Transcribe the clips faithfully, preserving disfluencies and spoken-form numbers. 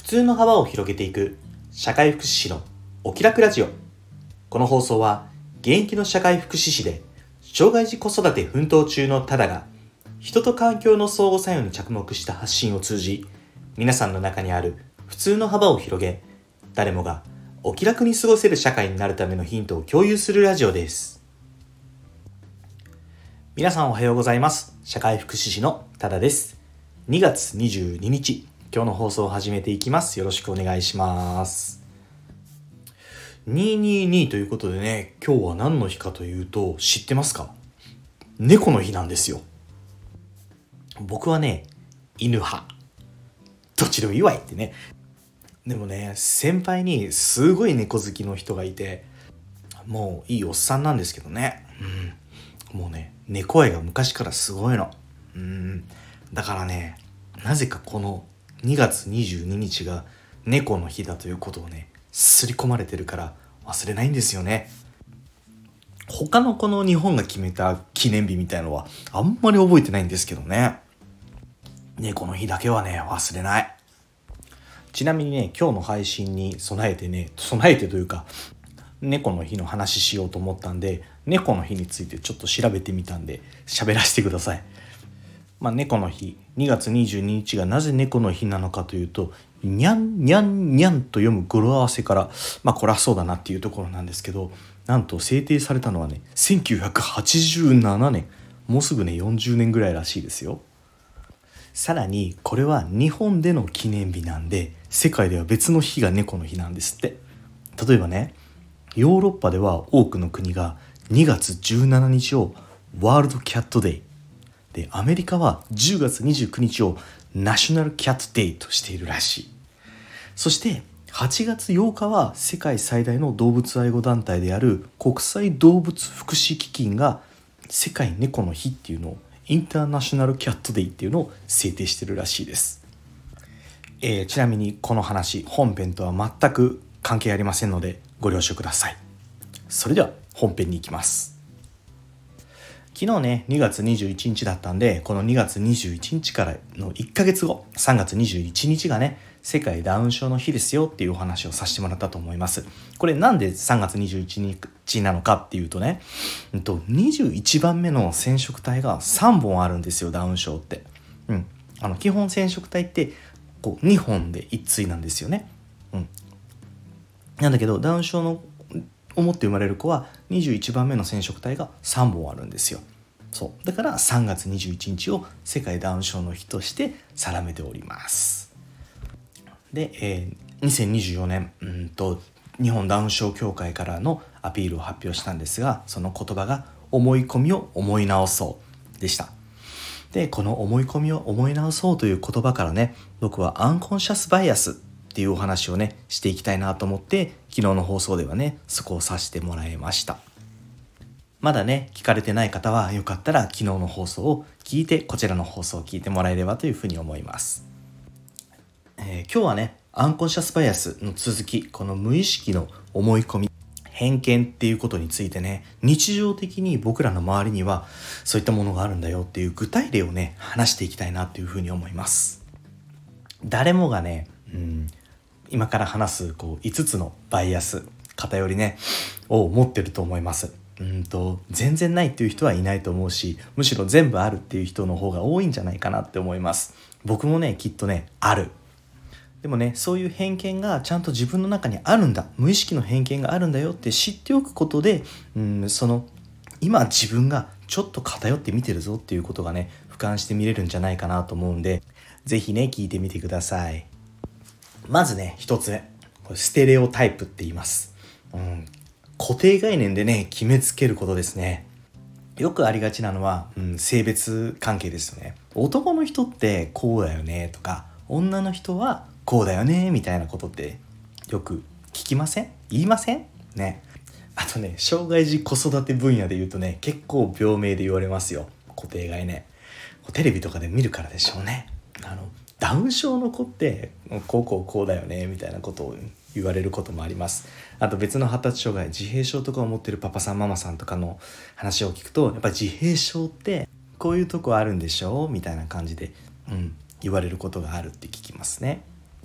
通の幅を広げていく社会福祉士のお気楽ラジオ。この放送は現役の社会福祉士で障害児子育て奮闘中のタダが人と環境の相互作用に着目した発信を通じ、皆さんの中にある普通の幅を広げ、誰もがお気楽に過ごせる社会になるためのヒントを共有するラジオです。皆さんおはようございます。社会福祉士のタダです。にがつにじゅうににち、今日の放送を始めていきます。よろしくお願いします。にひゃくにじゅうにということでね、今日は何の日かというと知ってますか？猫の日なんですよ。僕はね、犬派。どっちでもいいわいってね。でもね、先輩にすごい猫好きの人がいて、もういいおっさんなんですけどね、うん、もうね、猫愛が昔からすごいの、うん、だからね、なぜかこのにがつにじゅうににちが猫の日だということをね、刷り込まれてるから忘れないんですよね。他のこの日本が決めた記念日みたいのはあんまり覚えてないんですけどね、猫の日だけはね忘れない。ちなみにね、今日の配信に備えてね備えてというか猫の日の話しようと思ったんで、猫の日についてちょっと調べてみたんで喋らせてください。まあ、猫の日にがつにじゅうににちがなぜ猫の日なのかというと、にゃんにゃんにゃんと読む語呂合わせから、まあこれはそうだなっていうところなんですけど、なんと制定されたのはねせんきゅうひゃくはちじゅうななねん、もうすぐねよんじゅうねんぐらいらしいですよ。さらにこれは日本での記念日なんで、世界では別の日が猫の日なんですって。例えばね、ヨーロッパでは多くの国がにがつじゅうしちにちをワールドキャットデイで、アメリカはじゅうがつにじゅうくにちをナショナルキャットデイとしているらしい。そしてはちがつようかは世界最大の動物愛護団体である国際動物福祉基金が世界猫の日っていうのをインターナショナルキャットデイっていうのを制定しているらしいです。えー、ちなみにこの話本編とは全く関係ありませんのでご了承ください。それでは本編に行きます。昨日ねにがつにじゅういちにちだったんで、このにがつにじゅういちにちからのいっかげつご、さんがつにじゅういちにちがね世界ダウン症の日ですよっていうお話をさせてもらったと思います。これなんでさんがつにじゅういちにちなのかっていうとね、にじゅういちばんめの染色体がさんぼんあるんですよ、ダウン症って。うん、あの基本染色体ってこうにほんで一対なんですよね。うん、なんだけどダウン症のを持って生まれる子はにじゅういちばんめの染色体がさんぼんあるんですよ。そうだからさんがつにじゅういちにちを世界ダウン症の日として定めております。で、えー、にせんにじゅうよねんうんと日本ダウン症協会からのアピールを発表したんですが、その言葉が思い込みを思い直そうでした。で、この思い込みを思い直そうという言葉からね、僕はアンコンシャスバイアスっていうお話をねしていきたいなと思って、昨日の放送ではねそこをさせてもらいました。まだね聞かれてない方はよかったら昨日の放送を聞いて、こちらの放送を聞いてもらえればというふうに思います。えー、今日はねアンコンシャスバイアスの続き、この無意識の思い込み、偏見っていうことについてね、日常的に僕らの周りにはそういったものがあるんだよっていう具体例をね話していきたいなというふうに思います。誰もがね、うん、今から話すこういつつのバイアス、偏りねを持ってると思います。うんと全然ないっていう人はいないと思うし、むしろ全部あるっていう人の方が多いんじゃないかなって思います。僕もねきっとねある。でもね、そういう偏見がちゃんと自分の中にあるんだ、無意識の偏見があるんだよって知っておくことで、うん、その今自分がちょっと偏って見てるぞっていうことがね俯瞰して見れるんじゃないかなと思うんで、ぜひね聞いてみてください。まずね一つ目、これステレオタイプって言います。うん、固定概念でね決めつけることですね。よくありがちなのは、うん、性別関係ですよね。男の人ってこうだよねとか、女の人はこうだよねみたいなことってよく聞きません？言いません？ね。あとね、障害児子育て分野で言うとね結構病名で言われますよ、固定概念。テレビとかで見るからでしょうね。あのダウン症の子ってこうこうこうだよねみたいなことを言われることもあります。あと別の発達障害、自閉症とかを持ってるパパさんママさんとかの話を聞くと、やっぱり自閉症ってこういうとこあるんでしょみたいな感じで、うん、言われることがあるって聞きますね。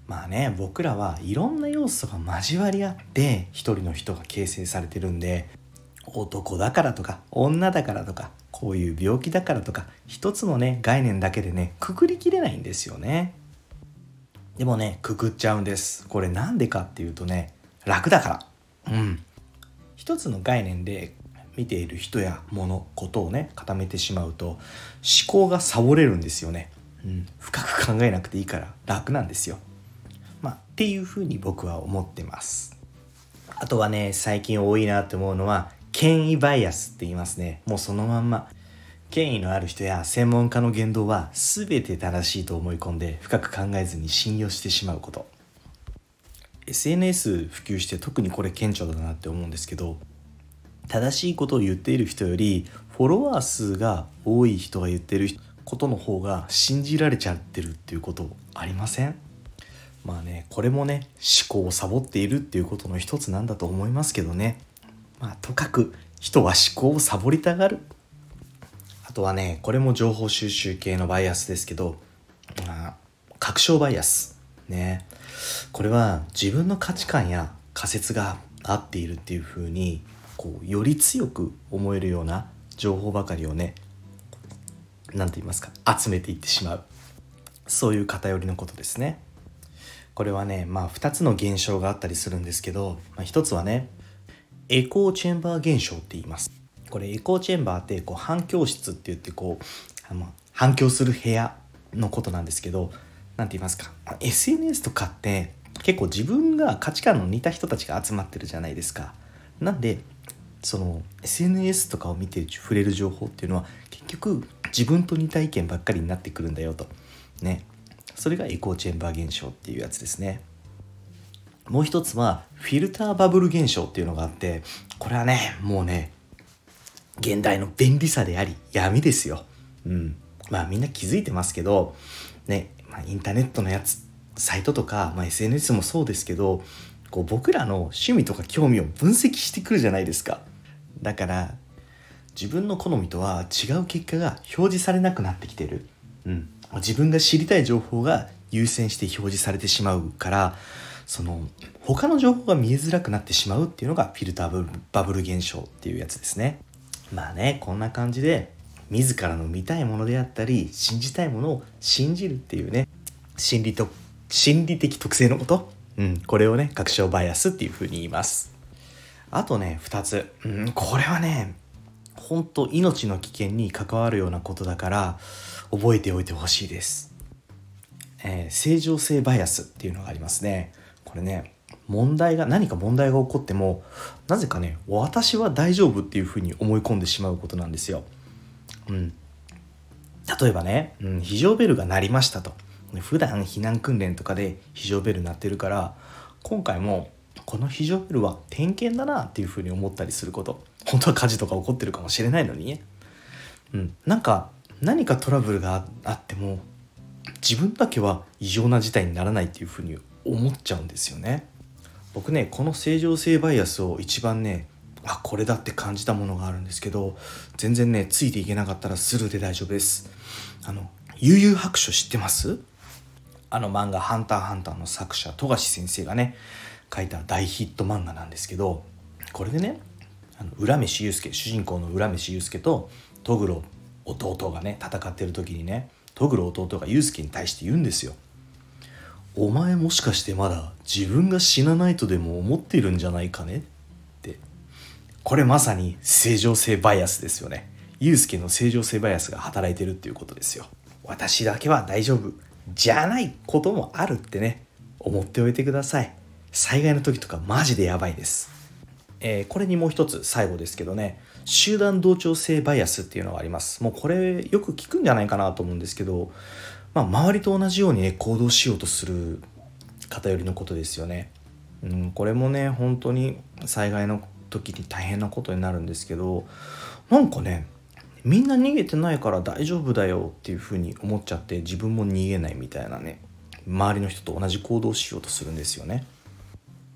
まあね、僕らはいろんな要素が交わり合って一人の人が形成されてるんで、男だからとか女だからとかこういう病気だからとか一つのね概念だけでねくくりきれないんですよね。でもねくくっちゃうんです。これなんでかっていうとね、楽だから。うん一つの概念で見ている人や物ことをね固めてしまうと思考がサボれるんですよね。うん、深く考えなくていいから楽なんですよ。まあっていうふうに僕は思ってます。あとはね、最近多いなって思うのは権威バイアスって言いますね。もうそのまんま権威のある人や専門家の言動は全て正しいと思い込んで深く考えずに信用してしまうこと。 エスエヌエス 普及して特にこれ顕著だなって思うんですけど、正しいことを言っている人よりフォロワー数が多い人が言ってることの方が信じられちゃってるっていうことありません？まあね、これもね思考をサボっているっていうことの一つなんだと思いますけどね。まあとかく人は思考をサボりたがる。あとはね、これも情報収集系のバイアスですけど、まあ、確証バイアスね。これは自分の価値観や仮説が合っているっていう風にこうより強く思えるような情報ばかりをね、なんて言いますか、集めていってしまう、そういう偏りのことですね。これはね、まあふたつの現象があったりするんですけど、まあ、ひとつはねエコーチェンバー現象って言います。これエコーチェンバーってこう反響室って言ってこうあの反響する部屋のことなんですけど、なんて言いますか、 エスエヌエス とかって結構自分が価値観の似た人たちが集まってるじゃないですか。なんでその エスエヌエス とかを見て触れる情報っていうのは結局自分と似た意見ばっかりになってくるんだよとね。それがエコーチェンバー現象っていうやつですね。もう一つはフィルターバブル現象っていうのがあって、これはねもうね現代の便利さであり闇ですよ。うん、まあみんな気づいてますけどね、まあ、インターネットのやつサイトとか、まあ、エスエヌエス もそうですけど、こう僕らの趣味とか興味を分析してくるじゃないですか。だから自分の好みとは違う結果が表示されなくなってきてる。うん、自分が知りたい情報が優先して表示されてしまうから、その他の情報が見えづらくなってしまうっていうのがフィルターバブル現象っていうやつですね。まあね、こんな感じで自らの見たいものであったり信じたいものを信じるっていうね、心理と心理的特性のこと、うん、これをね確証バイアスっていう風に言います。あとねふたつ、うん、これはね本当命の危険に関わるようなことだから覚えておいてほしいです。えー、正常性バイアスっていうのがありますね。これね、問題が何か問題が起こってもなぜかね私は大丈夫っていうふうに思い込んでしまうことなんですよ。うん、例えばね、うん、非常ベルが鳴りましたと。普段避難訓練とかで非常ベル鳴ってるから今回もこの非常ベルは点検だなっていうふうに思ったりすること。本当は火事とか起こってるかもしれないのにね、うん、なんか何かトラブルがあっても自分だけは異常な事態にならないっていうふうに思っちゃうんですよね。僕ねこの正常性バイアスを一番ねあこれだって感じたものがあるんですけど、全然ねついていけなかったらスルーで大丈夫です。あの悠々白書知ってます？あの漫画ハンターハンターの作者富樫先生がね書いた大ヒット漫画なんですけど、これでねあの浦飯祐介、主人公の浦飯祐介とトグロ弟がね戦ってる時にね、トグロ弟が祐介に対して言うんですよ。お前もしかしてまだ自分が死なないとでも思っているんじゃないかねって。これまさに正常性バイアスですよね。祐介の正常性バイアスが働いてるっていうことですよ。私だけは大丈夫じゃないこともあるってね思っておいてください。災害の時とかマジでやばいです。えー、これにもう一つ最後ですけどね、集団同調性バイアスっていうのがあります。もうこれよく聞くんじゃないかなと思うんですけど、まあ、周りと同じようにね行動しようとする偏りのことですよね。うん、これもね本当に災害の時に大変なことになるんですけど、なんかねみんな逃げてないから大丈夫だよっていう風に思っちゃって自分も逃げないみたいなね、周りの人と同じ行動をしようとするんですよね。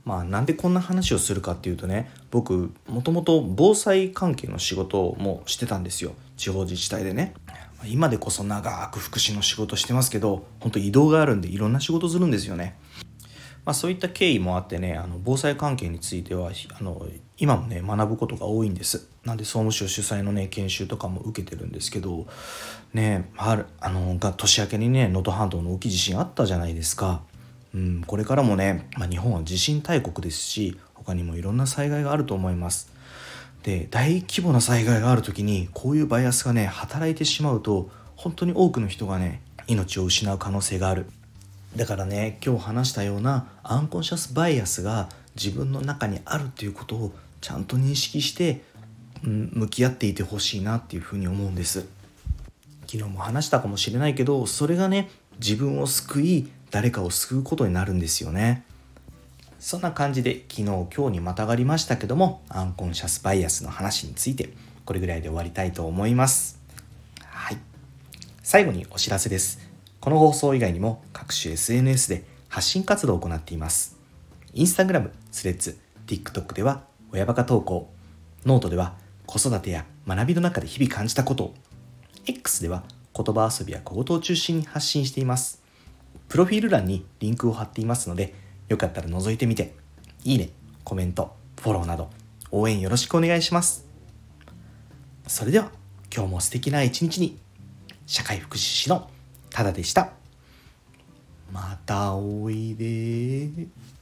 まあなんでこんな話をするかっていうとね、僕もともと防災関係の仕事もしてたんですよ、地方自治体でね。今でこそ長く福祉の仕事してますけど、本当移動があるんでいろんな仕事するんですよね。まあ、そういった経緯もあってね、あの防災関係についてはあの今もね学ぶことが多いんです。なんで総務省主催のね研修とかも受けてるんですけどね、あるあのが年明けにね能登半島の大きい地震あったじゃないですか。うん、これからもね、まあ、日本は地震大国ですし、他にもいろんな災害があると思います。で、大規模な災害がある時にこういうバイアスがね働いてしまうと、本当に多くの人がね命を失う可能性がある。だからね、今日話したようなアンコンシャスバイアスが自分の中にあるっていうことをちゃんと認識して、うん、向き合っていてほしいなっていうふうに思うんです。昨日も話したかもしれないけど、それがね自分を救い誰かを救うことになるんですよね。そんな感じで昨日今日にまたがりましたけども、アンコンシャスバイアスの話についてこれぐらいで終わりたいと思います。はい、最後にお知らせです。この放送以外にも各種 エスエヌエス で発信活動を行っています。インスタグラム、スレッズ、TikTok では親バカ投稿、ノートでは子育てや学びの中で日々感じたことを、X では言葉遊びや小言を中心に発信しています。プロフィール欄にリンクを貼っていますので、よかったら覗いてみて、いいね、コメント、フォローなど応援よろしくお願いします。それでは今日も素敵な一日に。社会福祉士のただでした。またおいで。